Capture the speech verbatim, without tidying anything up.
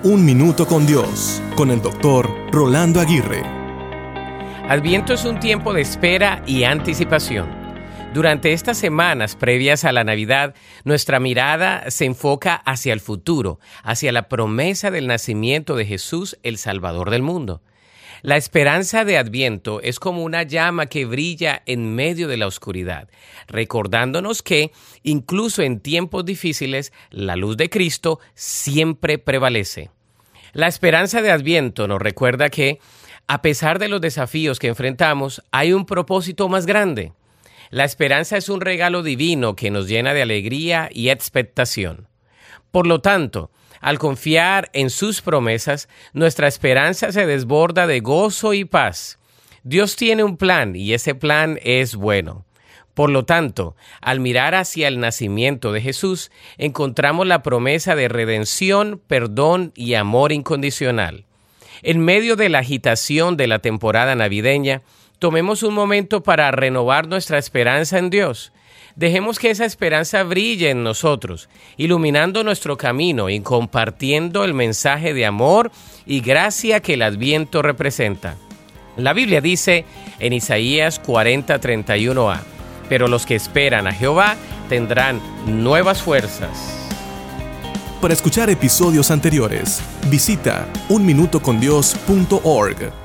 Un Minuto con Dios, con el doctor Rolando Aguirre. Adviento es un tiempo de espera y anticipación. Durante estas semanas previas a la Navidad, nuestra mirada se enfoca hacia el futuro, hacia la promesa del nacimiento de Jesús, el Salvador del mundo. La esperanza de Adviento es como una llama que brilla en medio de la oscuridad, recordándonos que, incluso en tiempos difíciles, la luz de Cristo siempre prevalece. La esperanza de Adviento nos recuerda que, a pesar de los desafíos que enfrentamos, hay un propósito más grande. La esperanza es un regalo divino que nos llena de alegría y expectación. Por lo tanto, al confiar en sus promesas, nuestra esperanza se desborda de gozo y paz. Dios tiene un plan y ese plan es bueno. Por lo tanto, al mirar hacia el nacimiento de Jesús, encontramos la promesa de redención, perdón y amor incondicional. En medio de la agitación de la temporada navideña, tomemos un momento para renovar nuestra esperanza en Dios. Dejemos que esa esperanza brille en nosotros, iluminando nuestro camino y compartiendo el mensaje de amor y gracia que el Adviento representa. La Biblia dice en Isaías cuarenta, treinta y uno a, pero los que esperan a Jehová tendrán nuevas fuerzas. Para escuchar episodios anteriores, visita un minuto con dios punto org.